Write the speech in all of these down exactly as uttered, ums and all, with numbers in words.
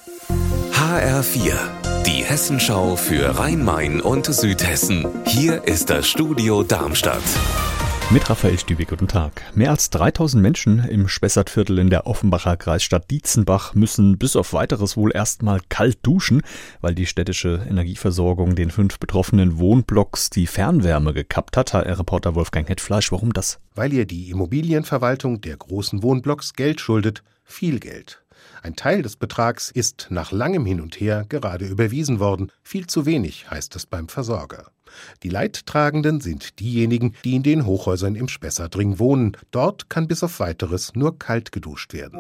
H R vier, die Hessenschau für Rhein-Main und Südhessen. Hier ist das Studio Darmstadt. Mit Raphael Stübig, guten Tag. Mehr als dreitausend Menschen im Spessartviertel in der Offenbacher Kreisstadt Dietzenbach müssen bis auf Weiteres wohl erstmal kalt duschen, weil die städtische Energieversorgung den fünf betroffenen Wohnblocks die Fernwärme gekappt hat. H R-Reporter Wolfgang Hetfleisch, warum das? Weil ihr die Immobilienverwaltung der großen Wohnblocks Geld schuldet, viel Geld. Ein Teil des Betrags ist nach langem Hin und Her gerade überwiesen worden. Viel zu wenig, heißt es beim Versorger. Die Leidtragenden sind diejenigen, die in den Hochhäusern im Spessartring wohnen. Dort kann bis auf Weiteres nur kalt geduscht werden.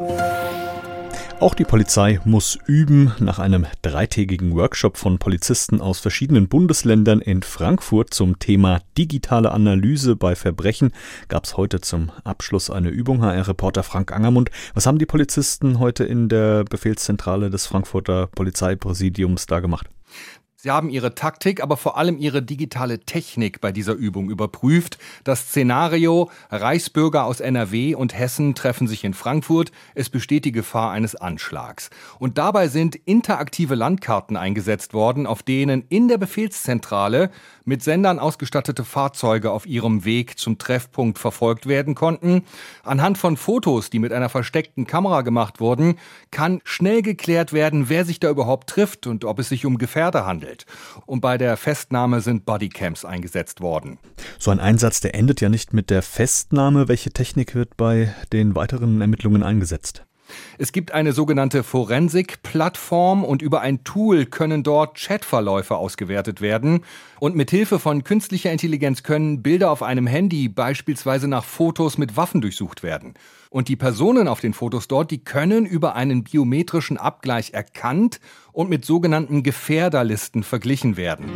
Auch die Polizei muss üben. Nach einem dreitägigen Workshop von Polizisten aus verschiedenen Bundesländern in Frankfurt zum Thema digitale Analyse bei Verbrechen gab es heute zum Abschluss eine Übung. H R-Reporter Frank Angermund. Was haben die Polizisten heute in der Befehlszentrale des Frankfurter Polizeipräsidiums da gemacht? Sie haben ihre Taktik, aber vor allem ihre digitale Technik bei dieser Übung überprüft. Das Szenario: Reichsbürger aus N R W und Hessen treffen sich in Frankfurt. Es besteht die Gefahr eines Anschlags. Und dabei sind interaktive Landkarten eingesetzt worden, auf denen in der Befehlszentrale mit Sendern ausgestattete Fahrzeuge auf ihrem Weg zum Treffpunkt verfolgt werden konnten. Anhand von Fotos, die mit einer versteckten Kamera gemacht wurden, kann schnell geklärt werden, wer sich da überhaupt trifft und ob es sich um Gefährder handelt. Und bei der Festnahme sind Bodycams eingesetzt worden. So ein Einsatz, der endet ja nicht mit der Festnahme. Welche Technik wird bei den weiteren Ermittlungen eingesetzt? Es gibt eine sogenannte Forensik-Plattform und über ein Tool können dort Chatverläufe ausgewertet werden. Und mit Hilfe von künstlicher Intelligenz können Bilder auf einem Handy beispielsweise nach Fotos mit Waffen durchsucht werden. Und die Personen auf den Fotos dort, die können über einen biometrischen Abgleich erkannt und mit sogenannten Gefährderlisten verglichen werden.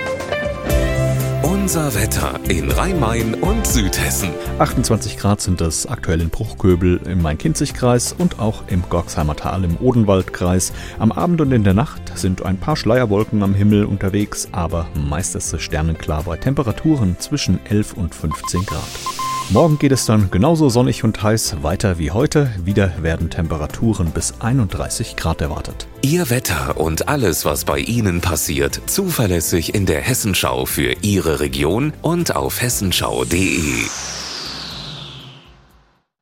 Unser Wetter in Rhein-Main und Südhessen. achtundzwanzig Grad sind es aktuell in Bruchköbel im Main-Kinzig-Kreis und auch im Gorxheimer Tal im Odenwald-Kreis. Am Abend und in der Nacht sind ein paar Schleierwolken am Himmel unterwegs, aber meist ist es sternenklar bei Temperaturen zwischen elf und fünfzehn Grad. Morgen geht es dann genauso sonnig und heiß weiter wie heute. Wieder werden Temperaturen bis einunddreißig Grad erwartet. Ihr Wetter und alles, was bei Ihnen passiert, zuverlässig in der Hessenschau für Ihre Region und auf hessenschau punkt de.